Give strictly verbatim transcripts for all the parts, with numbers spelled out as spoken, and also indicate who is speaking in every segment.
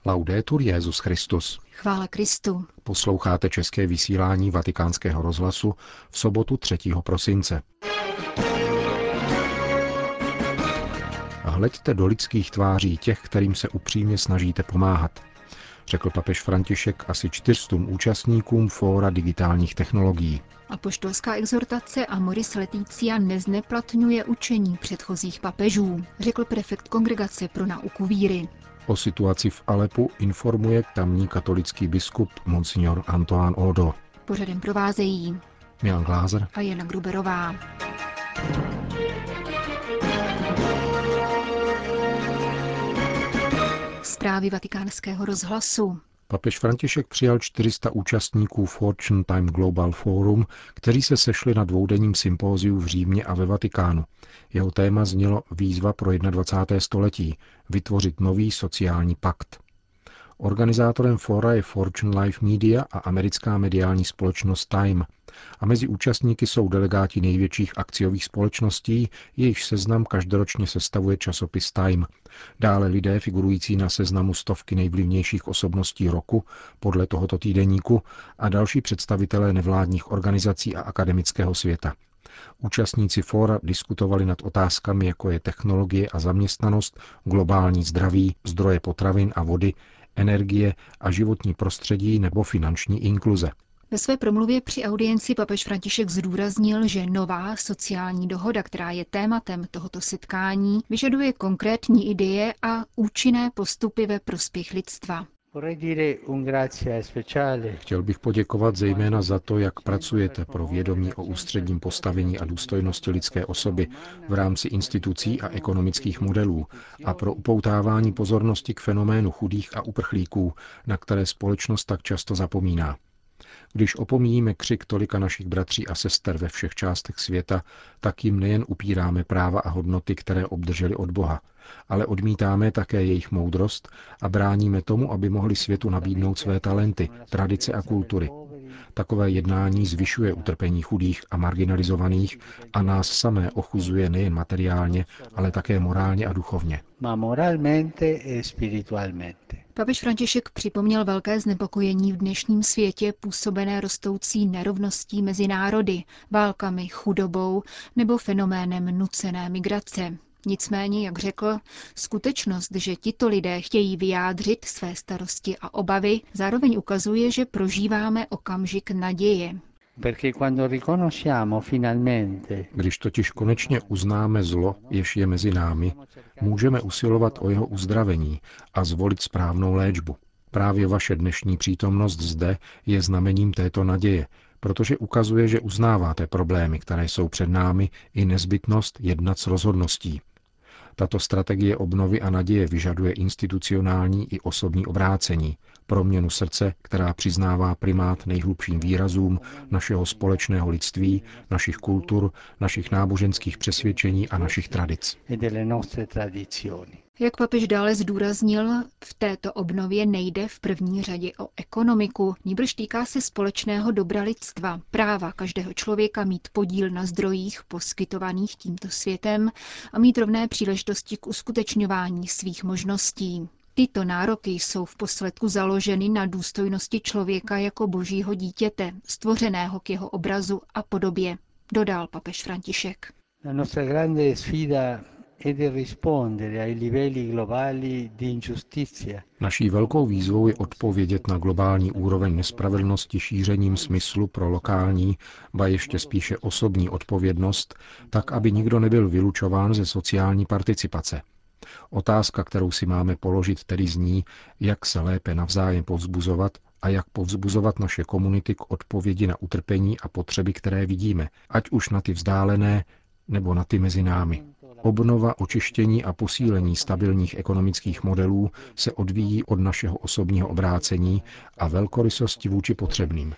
Speaker 1: Laudetur Jesus Christus.
Speaker 2: Chvála Kristu.
Speaker 1: Posloucháte české vysílání Vatikánského rozhlasu v sobotu třetího prosince. Hleďte do lidských tváří těch, kterým se upřímně snažíte pomáhat, řekl papež František asi čtyřstům účastníkům Fóra digitálních technologií.
Speaker 2: Apoštolská exhortace Amoris Laetitia nezneplatňuje učení předchozích papežů, řekl prefekt Kongregace pro nauku víry.
Speaker 1: O situaci v Alepu informuje tamní katolický biskup Monsignor Antoine Odo.
Speaker 2: Pořadem provázejí
Speaker 1: Milan Glázer
Speaker 2: a Jana Gruberová. Zprávy Vatikánského rozhlasu.
Speaker 1: Papež František přijal čtyři sta účastníků Fortune Time Global Forum, kteří se sešli na dvoudenním sympóziu v Římě a ve Vatikánu. Jeho téma znělo Výzva pro dvacáté první století – vytvořit nový sociální pakt. Organizátorem fóra je Fortune Life Media a americká mediální společnost Time. A mezi účastníky jsou delegáti největších akciových společností, jejichž seznam každoročně sestavuje časopis Time. Dále lidé figurující na seznamu stovky nejvlivnějších osobností roku podle tohoto týdeníku a další představitelé nevládních organizací a akademického světa. Účastníci fóra diskutovali nad otázkami, jako je technologie a zaměstnanost, globální zdraví, zdroje potravin a vody, energie a životní prostředí nebo finanční inkluze.
Speaker 2: Ve své promluvě při audienci papež František zdůraznil, že nová sociální dohoda, která je tématem tohoto setkání, vyžaduje konkrétní ideje a účinné postupy ve prospěch lidstva.
Speaker 1: Chtěl bych poděkovat zejména za to, jak pracujete pro vědomí o ústředním postavení a důstojnosti lidské osoby v rámci institucí a ekonomických modelů a pro upoutávání pozornosti k fenoménu chudých a uprchlíků, na které společnost tak často zapomíná. Když opomíjíme křik tolika našich bratří a sester ve všech částech světa, tak jim nejen upíráme práva a hodnoty, které obdrželi od Boha, ale odmítáme také jejich moudrost a bráníme tomu, aby mohli světu nabídnout své talenty, tradice a kultury. Takové jednání zvyšuje utrpení chudých a marginalizovaných a nás samé ochuzuje nejen materiálně, ale také morálně a duchovně.
Speaker 2: Papež František připomněl velké znepokojení v dnešním světě působené rostoucí nerovností mezi národy, válkami, chudobou nebo fenoménem nucené migrace. Nicméně, jak řekl, skutečnost, že tito lidé chtějí vyjádřit své starosti a obavy, zároveň ukazuje, že prožíváme okamžik naděje.
Speaker 1: Když totiž konečně uznáme zlo, jež je mezi námi, můžeme usilovat o jeho uzdravení a zvolit správnou léčbu. Právě vaše dnešní přítomnost zde je znamením této naděje, protože ukazuje, že uznáváte problémy, které jsou před námi, i nezbytnost jednat s rozhodností. Tato strategie obnovy a naděje vyžaduje institucionální i osobní obrácení, proměnu srdce, která přiznává primát nejhlubším výrazům našeho společného lidství, našich kultur, našich náboženských přesvědčení a našich tradic.
Speaker 2: Jak papež dále zdůraznil, v této obnově nejde v první řadě o ekonomiku, nýbrž týká se společného dobra lidstva, práva každého člověka mít podíl na zdrojích poskytovaných tímto světem a mít rovné příležitosti k uskutečňování svých možností. Tyto nároky jsou v posledku založeny na důstojnosti člověka jako božího dítěte, stvořeného k jeho obrazu a podobě, dodal papež František.
Speaker 1: Naší velkou výzvou je odpovědět na globální úroveň nespravedlnosti šířením smyslu pro lokální, ba ještě spíše osobní odpovědnost, tak aby nikdo nebyl vylučován ze sociální participace. Otázka, kterou si máme položit, tedy zní, jak se lépe navzájem povzbuzovat a jak povzbuzovat naše komunity k odpovědi na utrpení a potřeby, které vidíme, ať už na ty vzdálené, nebo na ty mezi námi. Obnova, očištění a posílení stabilních ekonomických modelů se odvíjí od našeho osobního obrácení a velkorysosti vůči potřebným.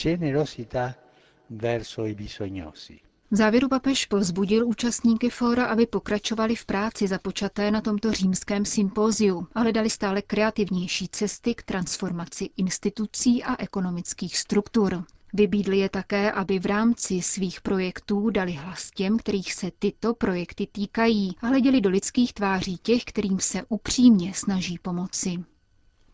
Speaker 2: V závěru papež povzbudil účastníky fóra, aby pokračovali v práci započaté na tomto římském sympóziu a hledali stále kreativnější cesty k transformaci institucí a ekonomických struktur. Vybídli je také, aby v rámci svých projektů dali hlas těm, kterých se tyto projekty týkají, a hleděli do lidských tváří těch, kterým se upřímně snaží pomoci.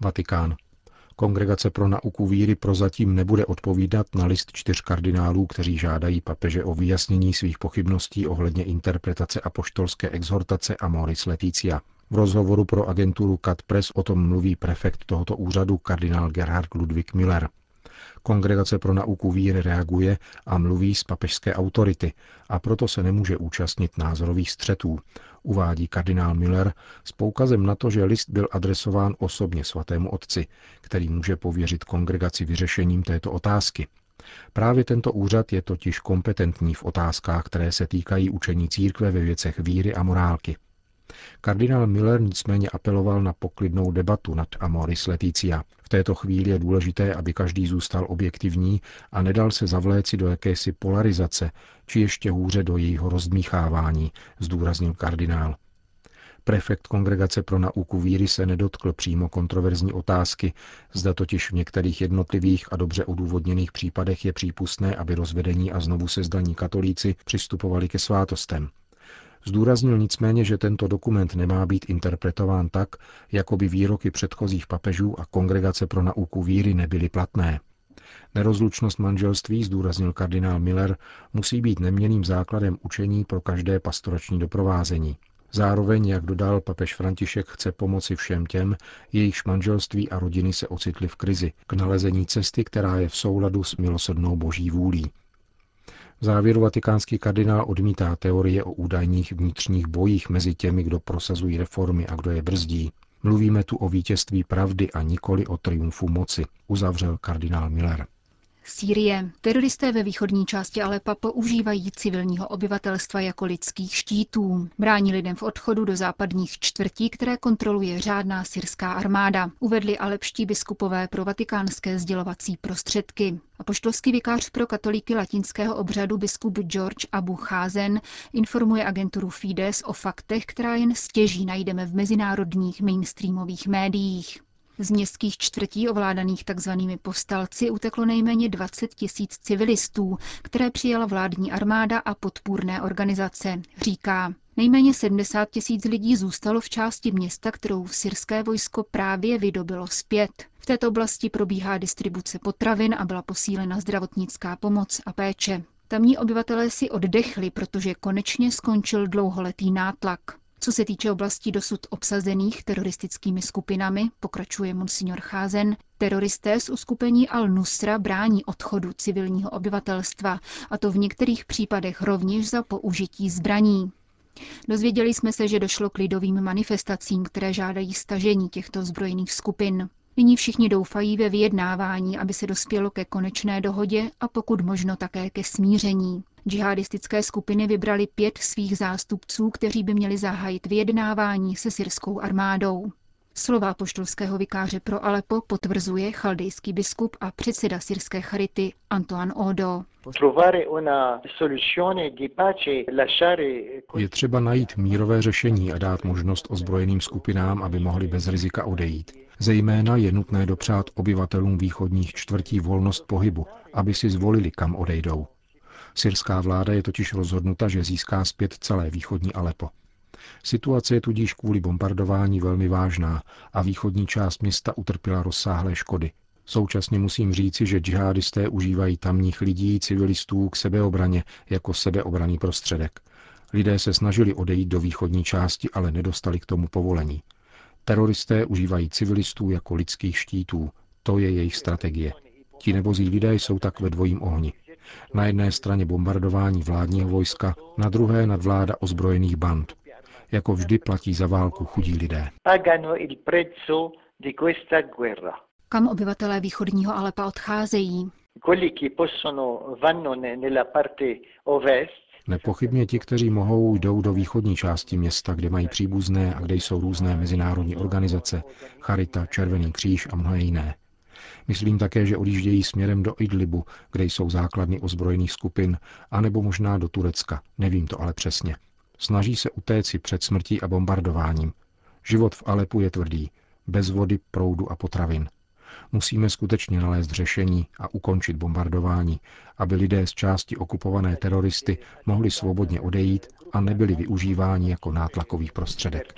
Speaker 1: Vatikán. Kongregace pro nauku víry prozatím nebude odpovídat na list čtyř kardinálů, kteří žádají papeže o vyjasnění svých pochybností ohledně interpretace apoštolské exhortace Amoris Laetitia. V rozhovoru pro agenturu C A D Press o tom mluví prefekt tohoto úřadu kardinál Gerhard Ludwig Müller. Kongregace pro nauku víry reaguje a mluví z papežské autority a proto se nemůže účastnit názorových střetů, uvádí kardinál Müller s poukazem na to, že list byl adresován osobně svatému otci, který může pověřit kongregaci vyřešením této otázky. Právě tento úřad je totiž kompetentní v otázkách, které se týkají učení církve ve věcech víry a morálky. Kardinál Müller nicméně apeloval na poklidnou debatu nad Amoris Laetitia. V této chvíli je důležité, aby každý zůstal objektivní a nedal se zavléci do jakési polarizace, či ještě hůře do jejího rozdmíchávání, zdůraznil kardinál. Prefekt Kongregace pro nauku víry se nedotkl přímo kontroverzní otázky, zda totiž v některých jednotlivých a dobře odůvodněných případech je přípustné, aby rozvedení a znovu sezdaní katolíci přistupovali ke svátostem. Zdůraznil nicméně, že tento dokument nemá být interpretován tak, jako by výroky předchozích papežů a Kongregace pro nauku víry nebyly platné. Nerozlučnost manželství, zdůraznil kardinál Müller, musí být neměnným základem učení pro každé pastorační doprovázení. Zároveň, jak dodal, papež František chce pomoci všem těm, jejichž manželství a rodiny se ocitly v krizi, k nalezení cesty, která je v souladu s milosrdnou boží vůlí. V závěru vatikánský kardinál odmítá teorie o údajných vnitřních bojích mezi těmi, kdo prosazují reformy a kdo je brzdí. Mluvíme tu o vítězství pravdy a nikoli o triumfu moci, uzavřel kardinál Müller.
Speaker 2: Sýrie. Teroristé ve východní části Alepa používají civilního obyvatelstva jako lidských štítů. Brání lidem v odchodu do západních čtvrtí, které kontroluje řádná syrská armáda, uvedli alepští biskupové pro vatikánské sdělovací prostředky. Apoštolský vikář pro katolíky latinského obřadu biskup George Abu Cházen informuje agenturu Fides o faktech, která jen stěží najdeme v mezinárodních mainstreamových médiích. Z městských čtvrtí ovládaných takzvanými povstalci uteklo nejméně dvacet tisíc civilistů, které přijala vládní armáda a podpůrné organizace, říká. Nejméně sedmdesát tisíc lidí zůstalo v části města, kterou syrské vojsko právě vydobilo zpět. V této oblasti probíhá distribuce potravin a byla posílena zdravotnická pomoc a péče. Tamní obyvatelé si oddechli, protože konečně skončil dlouholetý nátlak. Co se týče oblastí dosud obsazených teroristickými skupinami, pokračuje monsignor Cházen, teroristé z uskupení Al-Nusra brání odchodu civilního obyvatelstva, a to v některých případech rovněž za použití zbraní. Dozvěděli jsme se, že došlo k lidovým manifestacím, které žádají stažení těchto ozbrojených skupin. Nyní všichni doufají ve vyjednávání, aby se dospělo ke konečné dohodě a pokud možno také ke smíření. Džihadistické skupiny vybrali pět svých zástupců, kteří by měli zahájit vyjednávání se syrskou armádou. Slova apoštolského vikáře pro Alepo potvrzuje chaldejský biskup a předseda syrské charity Antoine Odo.
Speaker 1: Je třeba najít mírové řešení a dát možnost ozbrojeným skupinám, aby mohli bez rizika odejít. Zejména je nutné dopřát obyvatelům východních čtvrtí volnost pohybu, aby si zvolili, kam odejdou. Syrská vláda je totiž rozhodnuta, že získá zpět celé východní Alepo. Situace je tudíž kvůli bombardování velmi vážná a východní část města utrpěla rozsáhlé škody. Současně musím říci, že džihadisté užívají tamních lidí, civilistů k sebeobraně jako sebeobranný prostředek. Lidé se snažili odejít do východní části, ale nedostali k tomu povolení. Teroristé užívají civilistů jako lidských štítů. To je jejich strategie. Ti nebozí lidé jsou tak ve dvojím ohni. Na jedné straně bombardování vládního vojska, na druhé nadvláda ozbrojených band. Jako vždy platí za válku chudí lidé.
Speaker 2: Kam obyvatelé východního Alepa odcházejí?
Speaker 1: Nepochybně ti, kteří mohou, jdou do východní části města, kde mají příbuzné a kde jsou různé mezinárodní organizace, Charita, Červený kříž a mnohé jiné. Myslím také, že odjíždějí směrem do Idlibu, kde jsou základny ozbrojených skupin, anebo možná do Turecka, nevím to ale přesně. Snaží se utéci před smrtí a bombardováním. Život v Alepu je tvrdý, bez vody, proudu a potravin. Musíme skutečně nalézt řešení a ukončit bombardování, aby lidé z části okupované teroristy mohli svobodně odejít a nebyli využíváni jako nátlakový prostředek.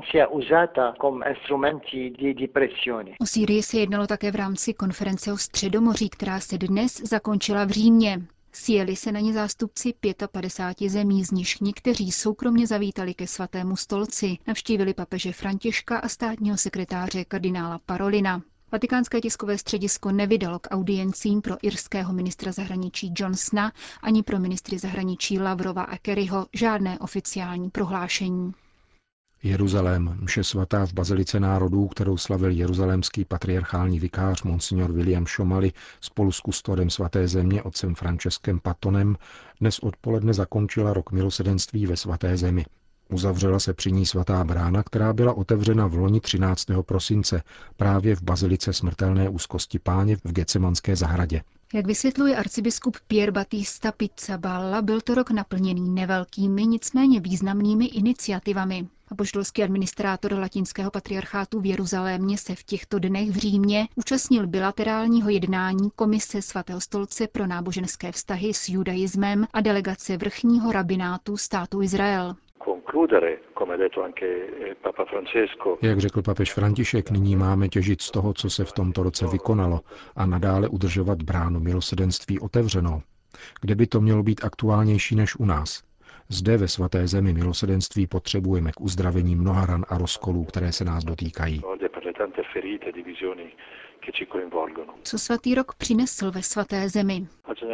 Speaker 2: O Sýrii se jednalo také v rámci konference o Středomoří, která se dnes zakončila v Římě. Sjeli se na ně zástupci padesát pět zemí, z nichž někteří soukromně zavítali ke svatému stolci, navštívili papeže Františka a státního sekretáře kardinála Parolina. Vatikánské tiskové středisko nevydalo k audiencím pro irského ministra zahraničí Johnsona ani pro ministry zahraničí Lavrova a Kerryho žádné oficiální prohlášení.
Speaker 1: Jeruzalém, mše svatá v Bazilice národů, kterou slavil jeruzalémský patriarchální vikář monsignor William Šomali spolu s kustodem svaté země otcem Franceskem Patonem, dnes odpoledne zakončila rok milosedenství ve svaté zemi. Uzavřela se při ní svatá brána, která byla otevřena v loni třináctého prosince právě v Bazilice smrtelné úzkosti Páně v Getsemanské zahradě.
Speaker 2: Jak vysvětluje arcibiskup Pier Battista Pizzaballa, byl to rok naplněný nevelkými, nicméně významnými iniciativami. Apoštolský administrátor latinského patriarchátu v Jeruzalémě se v těchto dnech v Římě účastnil bilaterálního jednání Komise svatého stolce pro náboženské vztahy s judaismem a delegace vrchního rabinátu státu Izrael.
Speaker 1: Jak řekl papež František, nyní máme těžit z toho, co se v tomto roce vykonalo, a nadále udržovat bránu milosedenství otevřenou. Kde by to mělo být aktuálnější než u nás? Zde ve svaté zemi milosedenství potřebujeme k uzdravení mnoha ran a rozkolů, které se nás dotýkají.
Speaker 2: Co svatý rok přinesl ve svaté zemi?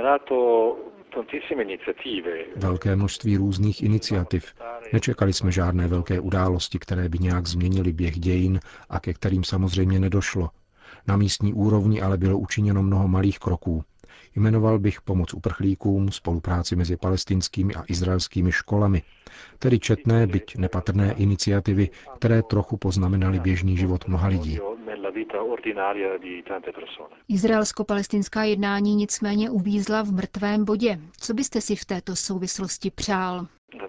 Speaker 1: Velké množství různých iniciativ. Nečekali jsme žádné velké události, které by nějak změnily běh dějin a ke kterým samozřejmě nedošlo. Na místní úrovni ale bylo učiněno mnoho malých kroků. Jmenoval bych pomoc uprchlíkům, spolupráci mezi palestinskými a izraelskými školami, tedy četné, byť nepatrné iniciativy, které trochu poznamenaly běžný život mnoha lidí.
Speaker 2: Izraelsko-palestinská jednání nicméně uvízla v mrtvém bodě. Co byste si v této souvislosti přál?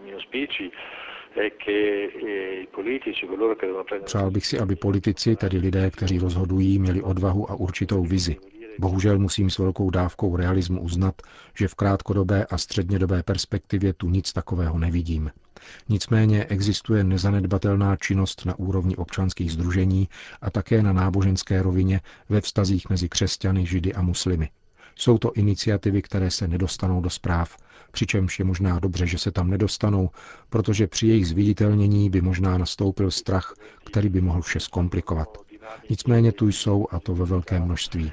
Speaker 1: Přál bych si, aby politici, tedy lidé, kteří rozhodují, měli odvahu a určitou vizi. Bohužel musím s velkou dávkou realismu uznat, že v krátkodobé a střednědobé perspektivě tu nic takového nevidím. Nicméně existuje nezanedbatelná činnost na úrovni občanských sdružení a také na náboženské rovině ve vztazích mezi křesťany, židy a muslimy. Jsou to iniciativy, které se nedostanou do zpráv, přičemž je možná dobře, že se tam nedostanou, protože při jejich zviditelnění by možná nastoupil strach, který by mohl vše zkomplikovat. Nicméně tu jsou, a to ve velkém množství.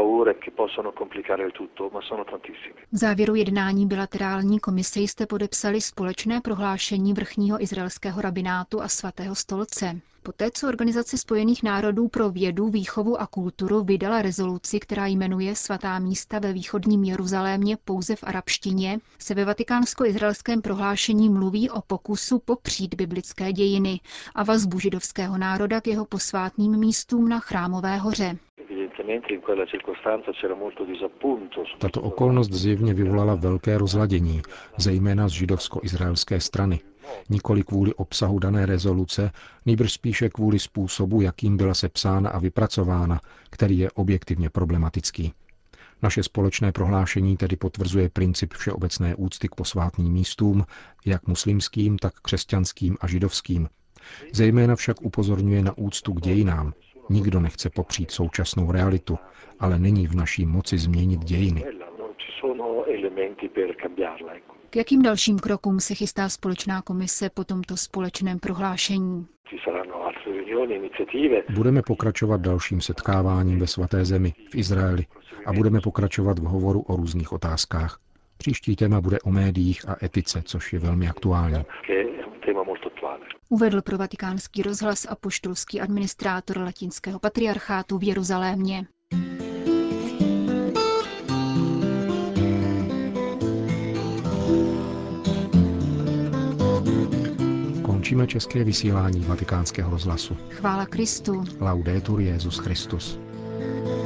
Speaker 2: V závěru jednání bilaterální komise jste podepsali společné prohlášení vrchního izraelského rabinátu a svatého stolce. Poté, co Organizace spojených národů pro vědu, výchovu a kulturu vydala rezoluci, která jmenuje svatá místa ve východním Jeruzalémě pouze v arabštině, se ve vatikánsko-izraelském prohlášení mluví o pokusu popřít biblické dějiny a vazbu židovského národa k jeho posvátným místům na Chrámové hoře.
Speaker 1: Tato okolnost zjevně vyvolala velké rozladění, zejména z židovsko-izraelské strany. Nikoli kvůli obsahu dané rezoluce, nýbrž spíše kvůli způsobu, jakým byla sepsána a vypracována, který je objektivně problematický. Naše společné prohlášení tedy potvrzuje princip všeobecné úcty k posvátným místům, jak muslimským, tak křesťanským a židovským. Zejména však upozorňuje na úctu k dějinám. Nikdo nechce popřít současnou realitu, ale není v naší moci změnit dějiny.
Speaker 2: K jakým dalším krokům se chystá společná komise po tomto společném prohlášení?
Speaker 1: Budeme pokračovat dalším setkáváním ve svaté zemi, v Izraeli, a budeme pokračovat v hovoru o různých otázkách. Příští téma bude o médiích a etice, což je velmi aktuální.
Speaker 2: Uvedl pro Vatikánský rozhlas apoštolský administrátor latinského patriarchátu v Jeruzalémě.
Speaker 1: Končíme české vysílání Vatikánského rozhlasu.
Speaker 2: Chvála Kristu.
Speaker 1: Laudetur Jesus Christus.